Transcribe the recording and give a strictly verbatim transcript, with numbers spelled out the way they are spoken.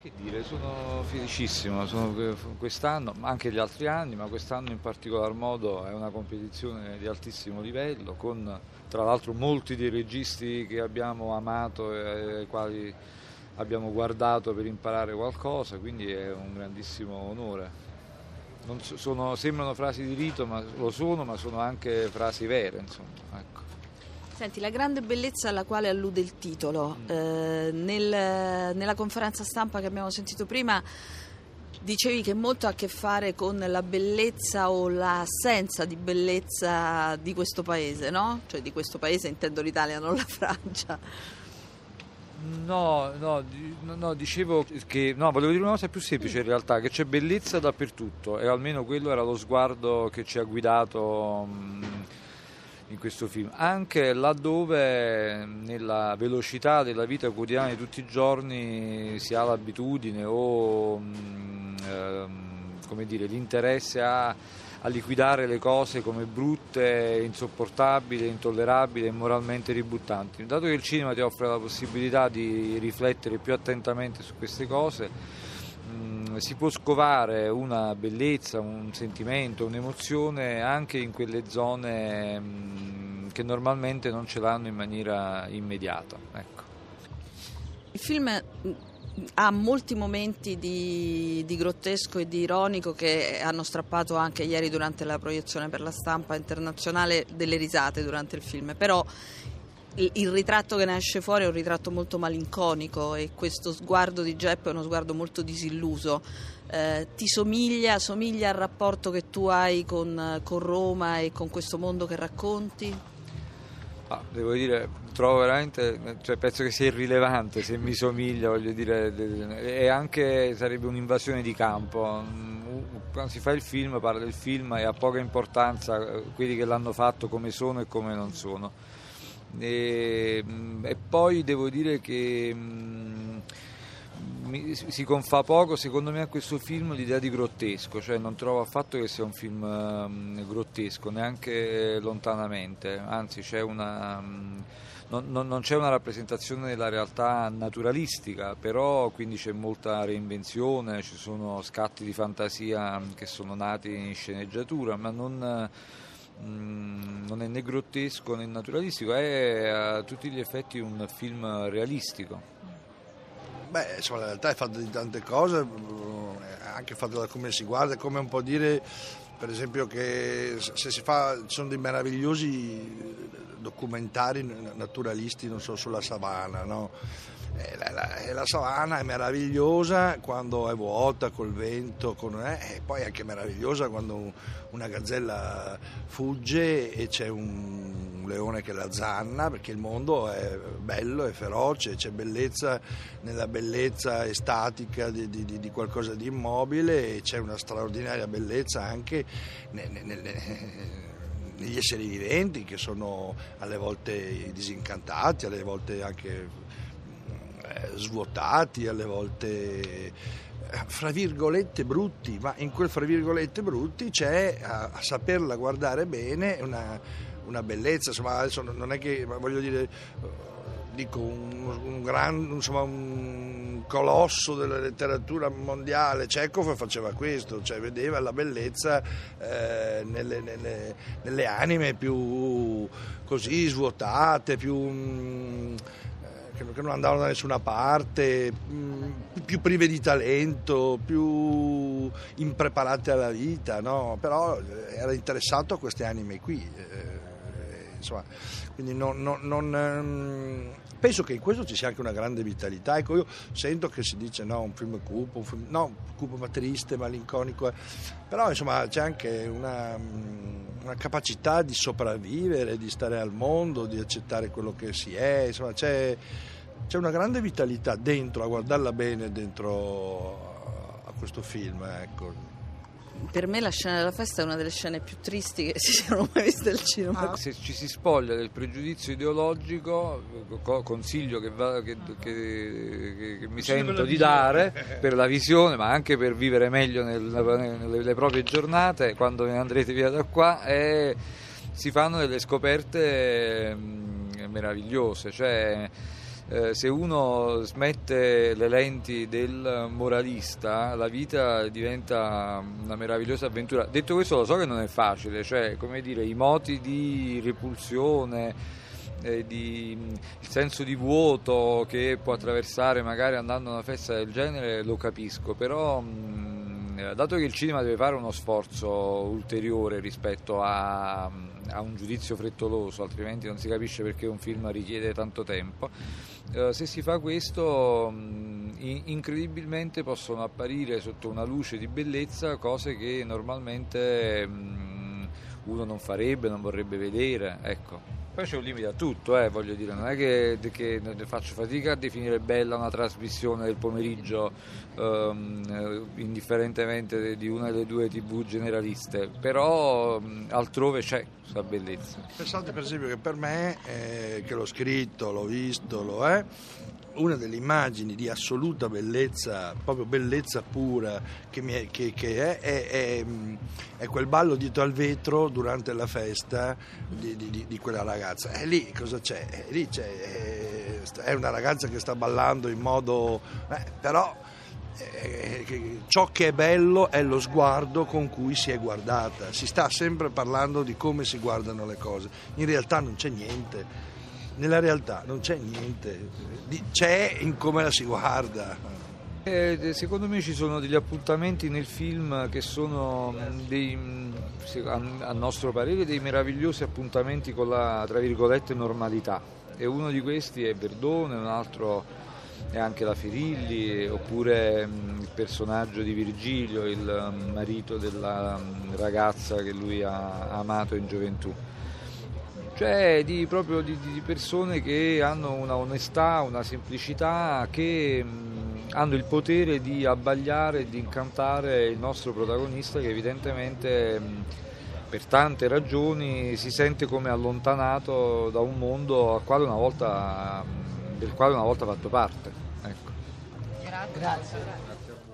Che dire, sono felicissimo, sono quest'anno, ma anche gli altri anni, ma quest'anno in particolar modo è una competizione di altissimo livello, con tra l'altro molti dei registi che abbiamo amato e ai quali abbiamo guardato per imparare qualcosa, quindi è un grandissimo onore. Non so- sono- sembrano frasi di rito, ma lo sono, ma sono anche frasi vere, insomma, ecco. Senti, la grande bellezza alla quale allude il titolo, eh, nel- nella conferenza stampa che abbiamo sentito prima dicevi che molto ha a che fare con la bellezza o l'assenza di bellezza di questo paese, no? Cioè di questo paese intendo l'Italia, non la Francia. No, no, di- no, no, dicevo che no, volevo dire una cosa più semplice in realtà, che c'è bellezza dappertutto e almeno quello era lo sguardo che ci ha guidato mh, in questo film, anche laddove nella velocità della vita quotidiana di tutti i giorni si ha l'abitudine o mh, ehm, come dire, l'interesse a a liquidare le cose come brutte, insopportabili, intollerabili e moralmente ributtanti. Dato che il cinema ti offre la possibilità di riflettere più attentamente su queste cose, mh, si può scovare una bellezza, un sentimento, un'emozione anche in quelle zone mh, che normalmente non ce l'hanno in maniera immediata. Ecco. Il film ha molti momenti di, di grottesco e di ironico che hanno strappato anche ieri durante la proiezione per la stampa internazionale delle risate durante il film, però il, il ritratto che ne esce fuori è un ritratto molto malinconico e questo sguardo di Geppo è uno sguardo molto disilluso. Eh, ti somiglia, somiglia al rapporto che tu hai con, con Roma e con questo mondo che racconti? Ah, devo dire, trovo veramente, cioè penso che sia irrilevante se mi somiglia, voglio dire, e anche sarebbe un'invasione di campo. Quando si fa il film, parla del film e ha poca importanza quelli che l'hanno fatto come sono e come non sono. E, e poi devo dire che mh, mi, si confà poco secondo me a questo film l'idea di grottesco, cioè non trovo affatto che sia un film um, grottesco, neanche lontanamente, anzi c'è una, um, non, non, non c'è una rappresentazione della realtà naturalistica, però quindi c'è molta reinvenzione, ci sono scatti di fantasia che sono nati in sceneggiatura, ma non... Mm, non è né grottesco né naturalistico, è a tutti gli effetti un film realistico. Beh, insomma, la realtà è fatta di tante cose, è anche fatta da come si guarda, è come un po' dire, per esempio, che se si fa, ci sono dei meravigliosi documentari naturalisti, non so, sulla savana, no? E la, la, e la savana è meravigliosa quando è vuota, col vento, con, eh, e poi è anche meravigliosa quando una gazzella fugge e c'è un leone che la zanna, perché il mondo è bello, è feroce, c'è bellezza nella bellezza estatica di, di, di qualcosa di immobile e c'è una straordinaria bellezza anche nelle, nelle, negli esseri viventi che sono alle volte disincantati, alle volte anche svuotati, alle volte fra virgolette brutti, ma in quel fra virgolette brutti c'è a, a saperla guardare bene una, una bellezza, insomma adesso non è che voglio dire dico un, un gran insomma un colosso della letteratura mondiale, Chekhov faceva questo, cioè vedeva la bellezza eh, nelle, nelle, nelle anime più così svuotate, più mh, che non andavano da nessuna parte, più prive di talento, più impreparate alla vita, no? Però era interessato a queste anime qui, eh, insomma, quindi non, non, non, penso che in questo ci sia anche una grande vitalità. Ecco, io sento che si dice no, un film cupo, un film, no, cupo ma triste, malinconico, eh. Però insomma c'è anche una, una capacità di sopravvivere, di stare al mondo, di accettare quello che si è, insomma c'è, c'è una grande vitalità dentro, a guardarla bene dentro a questo film, ecco. Per me la scena della festa è una delle scene più tristi che si siano mai viste al cinema. Se ci si spoglia del pregiudizio ideologico, consiglio che, va, che, che, che mi sento di dare per la visione, ma anche per vivere meglio nel, nelle proprie giornate, quando ne andrete via da qua, e si fanno delle scoperte meravigliose, cioè eh, se uno smette le lenti del moralista, la vita diventa una meravigliosa avventura. Detto questo, lo so che non è facile, cioè, come dire, i moti di repulsione, eh, di, il senso di vuoto che può attraversare magari andando a una festa del genere, lo capisco, però mh, dato che il cinema deve fare uno sforzo ulteriore rispetto a, a un giudizio frettoloso, altrimenti non si capisce perché un film richiede tanto tempo, eh, se si fa questo mh, incredibilmente possono apparire sotto una luce di bellezza cose che normalmente mh, uno non farebbe, non vorrebbe vedere, ecco. Poi c'è un limite a tutto, eh, voglio dire, non è che, che faccio fatica a definire bella una trasmissione del pomeriggio ehm, indifferentemente di una delle due tivù generaliste, però ehm, altrove c'è questa bellezza. Pensate per esempio che per me, eh, che l'ho scritto, l'ho visto, lo è, una delle immagini di assoluta bellezza, proprio bellezza pura, che, mi è, che, che è, è, è, è quel ballo dietro al vetro durante la festa di, di, di quella ragazza. E lì cosa c'è? E lì c'è è, è una ragazza che sta ballando in modo... Eh, però eh, ciò che è bello è lo sguardo con cui si è guardata. Si sta sempre parlando di come si guardano le cose. In realtà non c'è niente. Nella realtà non c'è niente, c'è in come la si guarda. Eh, secondo me ci sono degli appuntamenti nel film che sono dei, a nostro parere, dei meravigliosi appuntamenti con la, tra virgolette, normalità, e uno di questi è Verdone, un altro è anche la Ferilli, oppure il personaggio di Virgilio, il marito della ragazza che lui ha amato in gioventù. Cioè di, proprio di, di persone che hanno una onestà, una semplicità, che mh, hanno il potere di abbagliare e di incantare il nostro protagonista, che evidentemente mh, per tante ragioni si sente come allontanato da un mondo al quale una volta, mh, del quale una volta ha fatto parte. Ecco. Grazie. Grazie.